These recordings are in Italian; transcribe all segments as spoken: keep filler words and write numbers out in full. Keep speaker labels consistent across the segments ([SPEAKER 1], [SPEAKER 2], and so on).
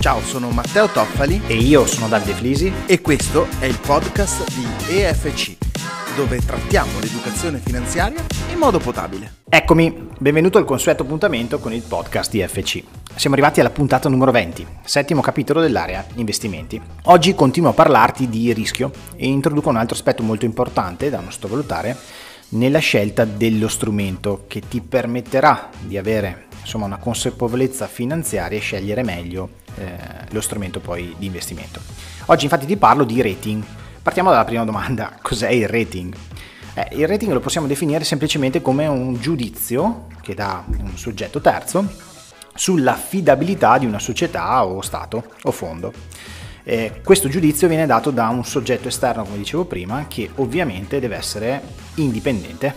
[SPEAKER 1] Ciao, sono Matteo Toffali
[SPEAKER 2] e io sono Davide Flisi
[SPEAKER 1] e questo è il podcast di E F C, dove trattiamo l'educazione finanziaria in modo potabile.
[SPEAKER 2] Eccomi, benvenuto al consueto appuntamento con il podcast di E F C. Siamo arrivati alla puntata numero venti, settimo capitolo dell'area investimenti. Oggi continuo a parlarti di rischio e introduco un altro aspetto molto importante da non sottovalutare nella scelta dello strumento che ti permetterà di avere insomma una consapevolezza finanziaria e scegliere meglio eh, lo strumento poi di investimento. Oggi infatti ti parlo di rating. Partiamo dalla prima domanda: cos'è il rating? Eh, il rating lo possiamo definire semplicemente come un giudizio che dà un soggetto terzo sull'affidabilità di una società o stato o fondo. Eh, questo giudizio viene dato da un soggetto esterno, come dicevo prima, che ovviamente deve essere indipendente,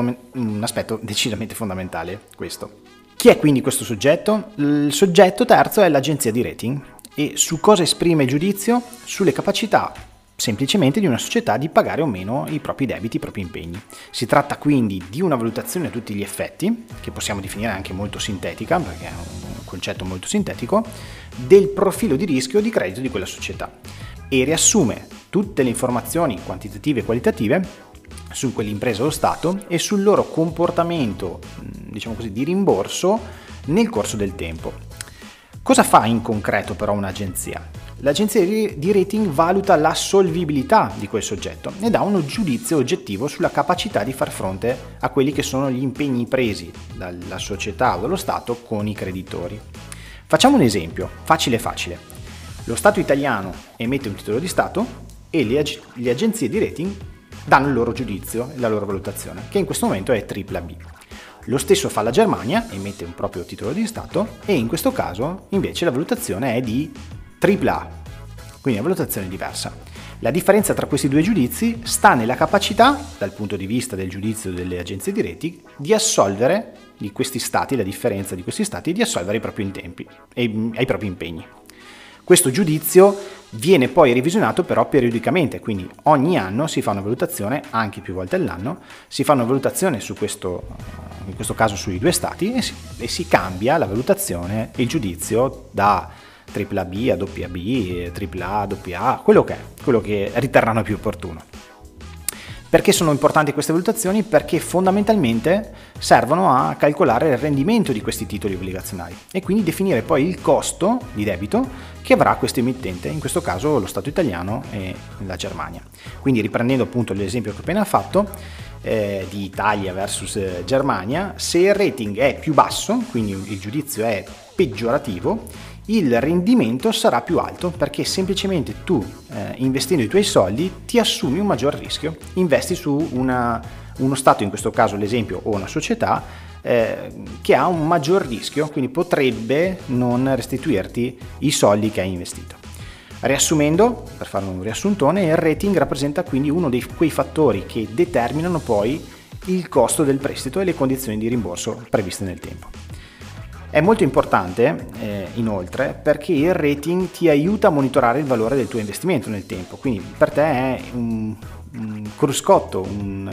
[SPEAKER 2] un aspetto decisamente fondamentale questo. Chi è quindi questo soggetto? Il soggetto terzo è l'agenzia di rating. E su cosa esprime il giudizio? Sulle capacità semplicemente di una società di pagare o meno i propri debiti, i propri impegni. Si tratta quindi di una valutazione a tutti gli effetti, che possiamo definire anche molto sintetica, perché è un concetto molto sintetico, del profilo di rischio di credito di quella società e riassume tutte le informazioni quantitative e qualitative su quell'impresa o stato e sul loro comportamento, diciamo così, di rimborso nel corso del tempo. Cosa fa in concreto però un'agenzia? L'agenzia di rating valuta la solvibilità di quel soggetto e dà uno giudizio oggettivo sulla capacità di far fronte a quelli che sono gli impegni presi dalla società o dallo Stato con i creditori. Facciamo un esempio, facile facile. Lo Stato italiano emette un titolo di Stato e le, ag- le agenzie di rating danno il loro giudizio e la loro valutazione, che in questo momento è tripla B. Lo stesso fa la Germania, emette un proprio titolo di Stato e in questo caso invece la valutazione è di tripla A, quindi una valutazione diversa. La differenza tra questi due giudizi sta nella capacità, dal punto di vista del giudizio delle agenzie di rating, di assolvere di questi stati, la differenza di questi stati, di assolvere i propri tempi e ai propri impegni. Questo giudizio viene poi revisionato però periodicamente, quindi ogni anno si fa una valutazione, anche più volte all'anno, si fa una valutazione su questo, in questo caso sui due stati, e si, e si cambia la valutazione, il giudizio da tripla B a doppia B, tripla A, doppia A, quello che è, quello che riterranno più opportuno. Perché sono importanti queste valutazioni? Perché fondamentalmente servono a calcolare il rendimento di questi titoli obbligazionari e quindi definire poi il costo di debito che avrà questo emittente, in questo caso lo Stato italiano e la Germania. Quindi riprendendo appunto l'esempio che ho appena fatto, eh, di Italia versus Germania, se il rating è più basso, quindi il giudizio è peggiorativo, il rendimento sarà più alto perché semplicemente tu eh, investendo i tuoi soldi ti assumi un maggior rischio, investi su una, uno stato, in questo caso l'esempio, o una società eh, che ha un maggior rischio, quindi potrebbe non restituirti i soldi che hai investito. Riassumendo, per fare un riassuntone, il rating rappresenta quindi uno dei quei fattori che determinano poi il costo del prestito e le condizioni di rimborso previste nel tempo. È molto importante eh, inoltre perché il rating ti aiuta a monitorare il valore del tuo investimento nel tempo, quindi per te è un, un cruscotto, un,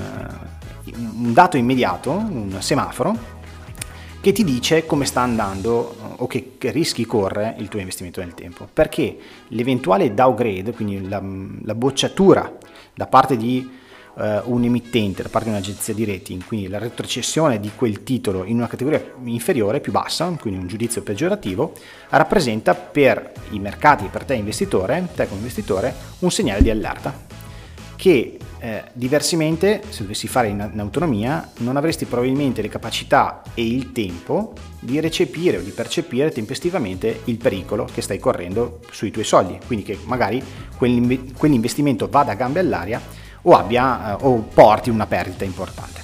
[SPEAKER 2] un dato immediato, un semaforo che ti dice come sta andando o che rischi corre il tuo investimento nel tempo, perché l'eventuale downgrade, quindi la, la bocciatura da parte di un emittente, da parte di un'agenzia di rating, quindi la retrocessione di quel titolo in una categoria inferiore, più bassa, quindi un giudizio peggiorativo, rappresenta per i mercati e per te investitore, te come investitore, un segnale di allerta che eh, diversamente, se dovessi fare in, in autonomia, non avresti probabilmente le capacità e il tempo di recepire o di percepire tempestivamente il pericolo che stai correndo sui tuoi soldi, quindi che magari quell'investimento vada a gambe all'aria o abbia eh, o porti una perdita importante.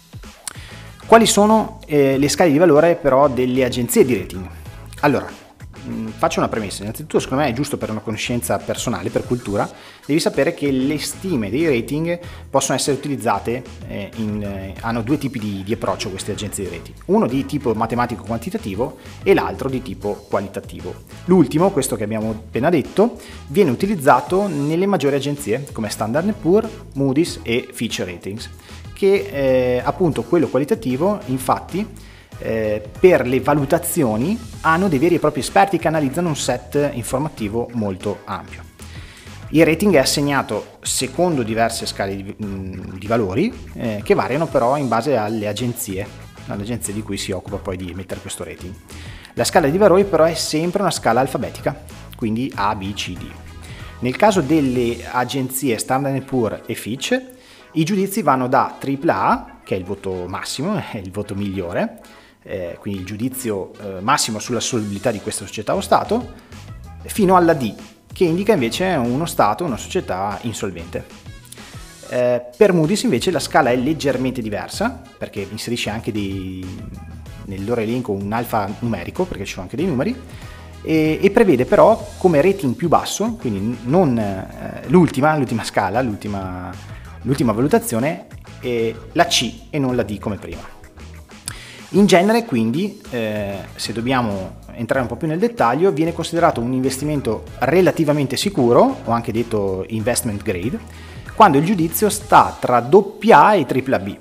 [SPEAKER 2] Quali sono eh, le scale di valore però delle agenzie di rating? Allora, mh, faccio una premessa. Innanzitutto, secondo me è giusto, per una conoscenza personale, per cultura, devi sapere che le stime dei rating possono essere utilizzate eh, in, eh, hanno due tipi di, di approccio queste agenzie di rating, uno di tipo matematico quantitativo e l'altro di tipo qualitativo. L'ultimo, questo che abbiamo appena detto, viene utilizzato nelle maggiori agenzie come Standard and Poor's, Moody's e Fitch Ratings, che eh, appunto quello qualitativo infatti eh, per le valutazioni hanno dei veri e propri esperti che analizzano un set informativo molto ampio. Il rating è assegnato secondo diverse scale di, di valori eh, che variano però in base alle agenzie, alle agenzie di cui si occupa poi di emettere questo rating. La scala di valori però è sempre una scala alfabetica, quindi A, B, C, D. Nel caso delle agenzie Standard and Poor's e Fitch, i giudizi vanno da tripla A, che è il voto massimo, è il voto migliore, eh, quindi il giudizio eh, massimo sulla solvibilità di questa società o Stato, fino alla D, che indica invece uno Stato, una società insolvente. Eh, per Moody's invece la scala è leggermente diversa, perché inserisce anche dei, nel loro elenco un alfa numerico, perché ci sono anche dei numeri, e, e prevede però come rating più basso, quindi non eh, l'ultima, l'ultima scala, l'ultima, l'ultima valutazione, eh, la C e non la D come prima. In genere quindi, eh, se dobbiamo entrare un po' più nel dettaglio, viene considerato un investimento relativamente sicuro, o anche detto investment grade, quando il giudizio sta tra doppia A e tripla B.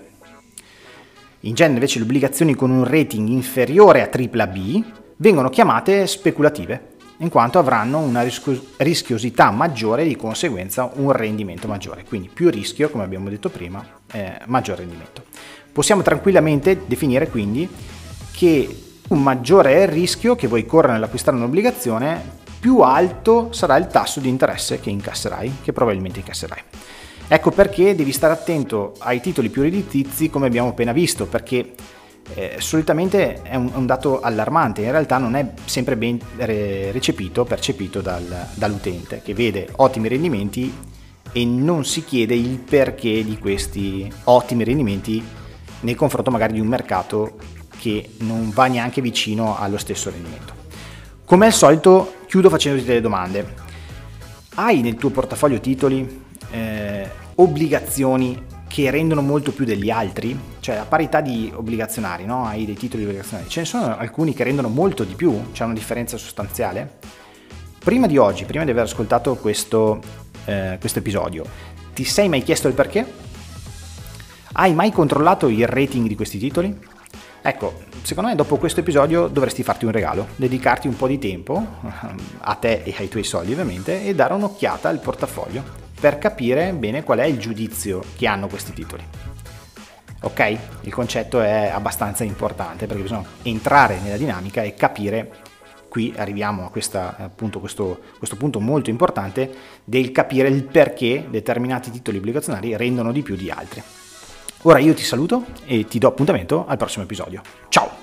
[SPEAKER 2] In genere invece le obbligazioni con un rating inferiore a tripla B vengono chiamate speculative, in quanto avranno una rischiosità maggiore e di conseguenza un rendimento maggiore. Quindi più rischio, come abbiamo detto prima, eh, maggior rendimento. Possiamo tranquillamente definire quindi che un maggiore è il rischio che vuoi correre nell'acquistare un'obbligazione, più alto sarà il tasso di interesse che incasserai, che probabilmente incasserai. Ecco perché devi stare attento ai titoli più redditizi, come abbiamo appena visto, perché eh, solitamente è un, un dato allarmante, in realtà non è sempre ben re- recepito, percepito dal, dall'utente, che vede ottimi rendimenti e non si chiede il perché di questi ottimi rendimenti nel confronto magari di un mercato che non va neanche vicino allo stesso rendimento. Come al solito chiudo facendoti delle domande. Hai nel tuo portafoglio titoli, eh, obbligazioni che rendono molto più degli altri? Cioè a parità di obbligazionari, no? Hai dei titoli obbligazionari, ce ne sono alcuni che rendono molto di più, c'è una differenza sostanziale? Prima di oggi, prima di aver ascoltato questo, eh, questo episodio, ti sei mai chiesto il perché? Hai mai controllato il rating di questi titoli? Ecco, secondo me dopo questo episodio dovresti farti un regalo, dedicarti un po' di tempo, a te e ai tuoi soldi ovviamente, e dare un'occhiata al portafoglio per capire bene qual è il giudizio che hanno questi titoli. Ok? Il concetto è abbastanza importante perché bisogna entrare nella dinamica e capire, qui arriviamo a questa, appunto, questo, questo punto molto importante del capire il perché determinati titoli obbligazionari rendono di più di altri. Ora io ti saluto e ti do appuntamento al prossimo episodio. Ciao!